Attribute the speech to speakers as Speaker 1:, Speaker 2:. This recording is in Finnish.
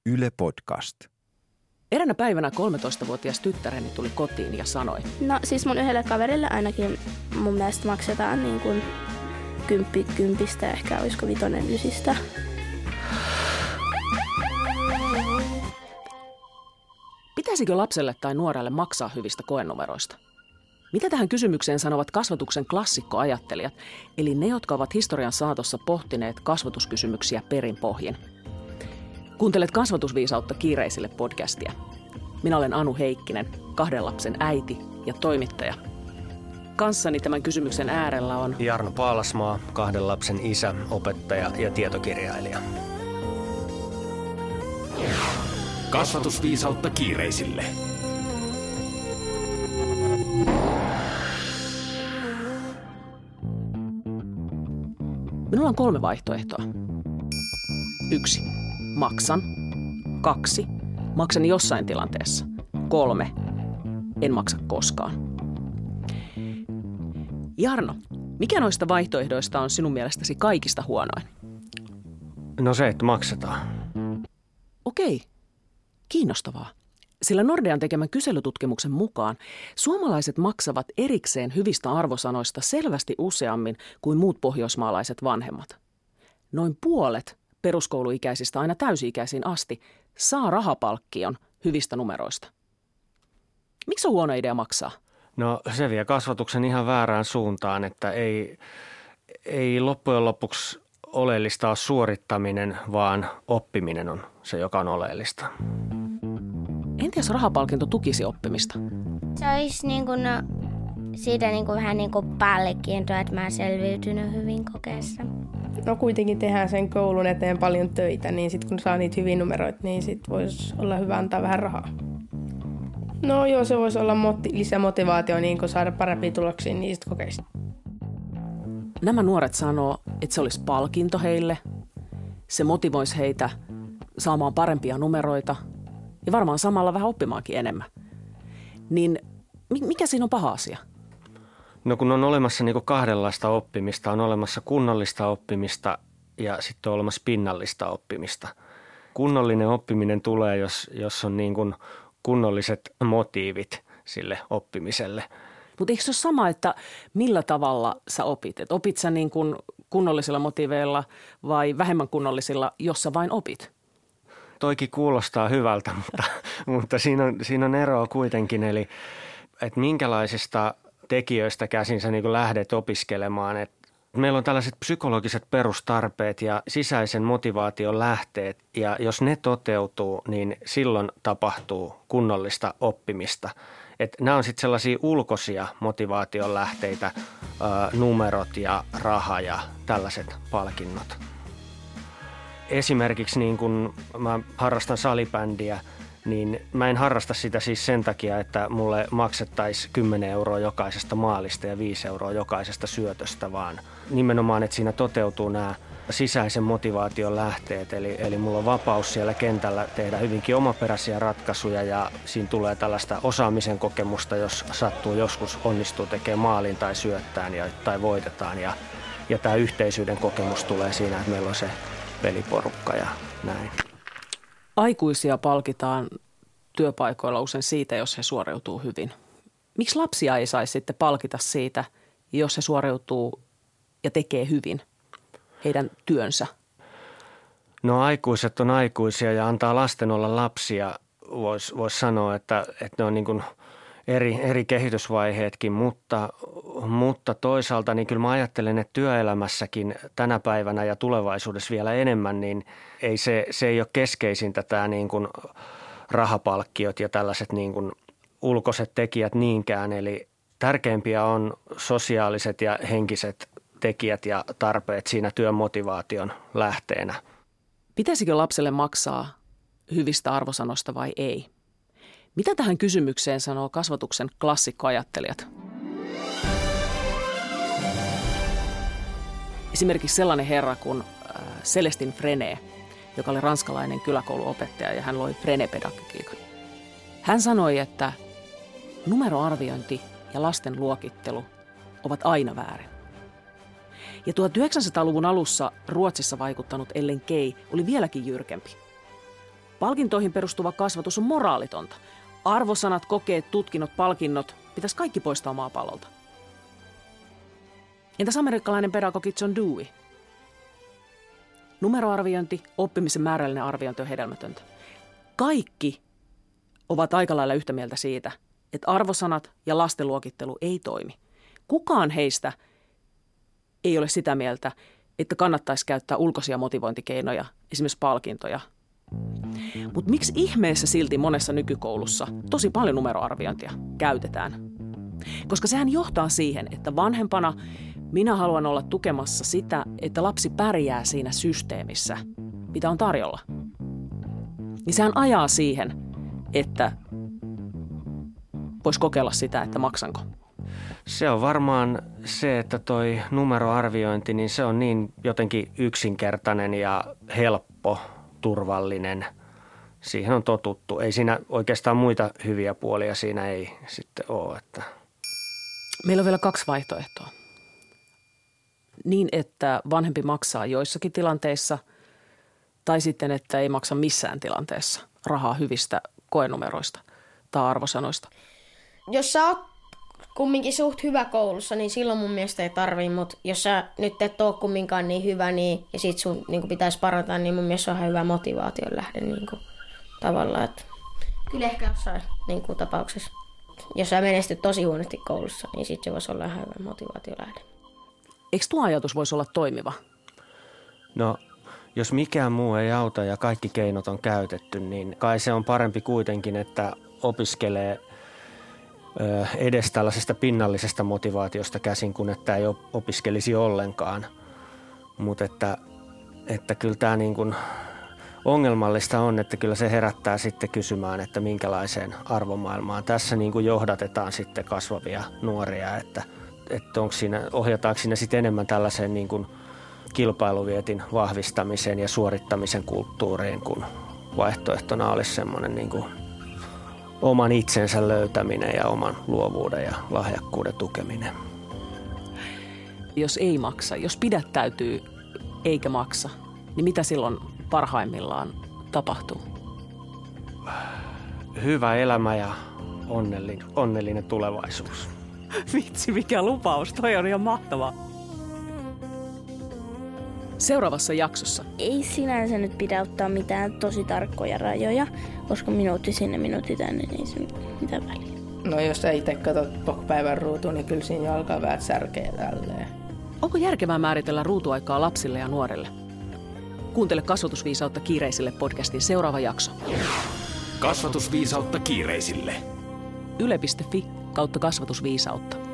Speaker 1: Yle Podcast.
Speaker 2: Eräänä päivänä 13-vuotias tyttäreni tuli kotiin ja sanoi.
Speaker 3: No siis mun yhdelle kaverille ainakin mun mielestä maksetaan niin kuin 10 kympistä, ehkä olisiko 5 ysistä.
Speaker 2: Pitäisikö lapselle tai nuorelle maksaa hyvistä koenumeroista? Mitä tähän kysymykseen sanovat kasvatuksen klassikkoajattelijat, eli ne, jotka ovat historian saatossa pohtineet kasvatuskysymyksiä perin pohjin? Kuuntelet Kasvatusviisautta kiireisille podcastia. Minä olen Anu Heikkinen, 2 lapsen äiti ja toimittaja. Kanssani tämän kysymyksen äärellä on
Speaker 4: Jarno Paalasmaa, 2 lapsen isä, opettaja ja tietokirjailija.
Speaker 5: Kasvatusviisautta kiireisille.
Speaker 2: Minulla on 3 vaihtoehtoa. 1. Maksan. 2. Maksan jossain tilanteessa. 3. En maksa koskaan. Jarno, mikä noista vaihtoehdoista on sinun mielestäsi kaikista huonoin?
Speaker 4: No se, että maksetaan.
Speaker 2: Okei, kiinnostavaa. Sillä Nordean tekemän kyselytutkimuksen mukaan suomalaiset maksavat erikseen hyvistä arvosanoista selvästi useammin kuin muut pohjoismaalaiset vanhemmat. Noin puolet peruskouluikäisistä aina täysi-ikäisiin asti saa rahapalkkion hyvistä numeroista. Miksi on huono idea maksaa?
Speaker 4: No se vie kasvatuksen ihan väärään suuntaan, että ei loppujen lopuksi oleellista ole suorittaminen, vaan oppiminen on se, joka on oleellista.
Speaker 2: Entä jos rahapalkinto tukisi oppimista?
Speaker 6: Se olisi niin kuin, siitä niin kuin, vähän niin kuin palkintoa, että mä oon selviytynyt hyvin kokeessa.
Speaker 7: No kuitenkin tehdään sen koulun eteen paljon töitä, niin sitten kun saa niitä hyviä numeroita, niin sitten voisi olla hyvä antaa vähän rahaa. No joo, se voisi olla lisämotivaatio niin kun saada parempia tuloksia niistä kokeista.
Speaker 2: Nämä nuoret sanoo, että se olisi palkinto heille. Se motivoisi heitä saamaan parempia numeroita ja varmaan samalla vähän oppimaankin enemmän. Niin mikä siinä on paha asia?
Speaker 4: No kun on olemassa niin kuin 2 oppimista, on olemassa kunnollista oppimista ja sitten on olemassa pinnallista oppimista. Kunnollinen oppiminen tulee, jos on niin kuin kunnolliset motiivit sille oppimiselle.
Speaker 2: Mutta eikö se ole sama, että millä tavalla sä opit? Et opit sä niin kuin kunnollisilla motiiveilla vai vähemmän kunnollisilla, jos sä vain opit?
Speaker 4: Toikin kuulostaa hyvältä, mutta siinä on eroa kuitenkin, eli että minkälaisista tekijöistä käsin sä niin kuin lähdet opiskelemaan. Et meillä on tällaiset psykologiset perustarpeet ja sisäisen motivaation lähteet, ja jos ne toteutuu, niin silloin tapahtuu kunnollista oppimista. Nämä on sitten sellaisia ulkoisia motivaation lähteitä, numerot ja raha ja tällaiset palkinnot. Esimerkiksi niin kun mä harrastan salibändiä, niin mä en harrasta sitä siis sen takia, että mulle maksettaisiin 10 € jokaisesta maalista ja 5 € jokaisesta syötöstä, vaan nimenomaan, että siinä toteutuu nämä sisäisen motivaation lähteet. Eli mulla on vapaus siellä kentällä tehdä hyvinkin omaperäisiä ratkaisuja ja siinä tulee tällaista osaamisen kokemusta, jos sattuu joskus onnistuu tekemään maalin tai syöttään tai voitetaan. Ja tämä yhteisyyden kokemus tulee siinä, että meillä on se peliporukka ja näin.
Speaker 2: Aikuisia palkitaan työpaikoilla usein siitä, jos he suoriutuu hyvin. Miksi lapsia ei saisi sitten palkita siitä, jos he suoriutuu ja tekee hyvin heidän työnsä?
Speaker 4: No aikuiset on aikuisia ja antaa lasten olla lapsia. Vois sanoa, että ne on niin kuin eri kehitysvaiheetkin, mutta toisaalta niin kyllä mä ajattelen, että työelämässäkin tänä päivänä ja tulevaisuudessa vielä enemmän, niin se ei ole keskeisintä tämä niin kuin rahapalkkiot ja tällaiset niin kuin ulkoiset tekijät niinkään. Eli tärkeimpiä on sosiaaliset ja henkiset tekijät ja tarpeet siinä työmotivaation lähteenä.
Speaker 2: Pitäisikö lapselle maksaa hyvistä arvosanoista vai ei? Mitä tähän kysymykseen sanoo kasvatuksen klassikkoajattelijat? Esimerkiksi sellainen herra kuin Celestin Frenet, joka oli ranskalainen kyläkouluopettaja ja hän loi Frenet-pedagogiikan. Hän sanoi, että numeroarviointi ja lasten luokittelu ovat aina väärin. Ja 1900-luvun alussa Ruotsissa vaikuttanut Ellen Key oli vieläkin jyrkempi. Palkintoihin perustuva kasvatus on moraalitonta. Arvosanat, kokeet, tutkinnot, palkinnot pitäisi kaikki poistaa maapallolta. Entäs amerikkalainen pedagogi John Dewey? Numeroarviointi, oppimisen määrällinen arviointi on hedelmätöntä. Kaikki ovat aika lailla yhtä mieltä siitä, että arvosanat ja lastenluokittelu ei toimi. Kukaan heistä ei ole sitä mieltä, että kannattaisi käyttää ulkoisia motivointikeinoja, esimerkiksi palkintoja. Mutta miksi ihmeessä silti monessa nykykoulussa tosi paljon numeroarviointia käytetään? Koska sehän johtaa siihen, että vanhempana minä haluan olla tukemassa sitä, että lapsi pärjää siinä systeemissä, mitä on tarjolla. Niin sehän ajaa siihen, että voisi kokeilla sitä, että maksanko.
Speaker 4: Se on varmaan se, että toi numeroarviointi, niin se on niin jotenkin yksinkertainen ja helppo, turvallinen. Siihen on totuttu. Ei siinä oikeastaan muita hyviä puolia siinä ei sitten ole. Että.
Speaker 2: Meillä on vielä 2 vaihtoehtoa. Niin, että vanhempi maksaa joissakin tilanteissa tai sitten, että ei maksa missään tilanteessa rahaa hyvistä koenumeroista tai arvosanoista.
Speaker 6: Jos sä oot kumminkin suht hyvä koulussa, niin silloin mun mielestä ei tarvii, mutta jos sä nyt et oo kumminkaan niin hyvä niin, ja sit sun niin pitäisi parantaa, niin mun mielestä se on ihan hyvä motivaation lähde niin tavallaan. Että kyllä ehkä jossain niin tapauksessa, jos sä menestyt tosi huonosti koulussa, niin sit se voisi olla ihan hyvä motivaation lähde.
Speaker 2: Eikö tuo ajatus voisi olla toimiva?
Speaker 4: No, jos mikään muu ei auta ja kaikki keinot on käytetty, niin kai se on parempi kuitenkin, että opiskelee edes tällaisesta pinnallisesta motivaatiosta käsin, kun että ei opiskelisi ollenkaan. Mutta että kyllä tämä niin kuin ongelmallista on, että kyllä se herättää sitten kysymään, että minkälaiseen arvomaailmaan tässä niin kuin johdatetaan sitten kasvavia nuoria, että ohjataanko siinä sitten enemmän tällaiseen niin kuin kilpailuvietin vahvistamiseen ja suorittamisen kulttuuriin, kun vaihtoehtona olisi semmoinen niin kuin oman itsensä löytäminen ja oman luovuuden ja lahjakkuuden tukeminen.
Speaker 2: Jos ei maksa, jos pidättäytyy eikä maksa, niin mitä silloin parhaimmillaan tapahtuu?
Speaker 4: Hyvä elämä ja onnellinen tulevaisuus.
Speaker 2: Vitsi, mikä lupaus. Toi on ihan mahtavaa. Seuraavassa jaksossa.
Speaker 3: Ei sinänsä nyt pidä ottaa mitään tosi tarkkoja rajoja, koska minuutti sinne, minuutti tänne, niin ei se mitään väliä.
Speaker 7: No jos sä itse katsot koko päivän ruutuun, niin kyllä siinä jo alkaa vähän särkeä tälleen.
Speaker 2: Onko järkevää määritellä ruutuaikaa lapsille ja nuorille? Kuuntele Kasvatusviisautta kiireisille podcastin seuraava jakso.
Speaker 1: Kasvatusviisautta kiireisille.
Speaker 2: Yle.fi/kasvatusviisautta.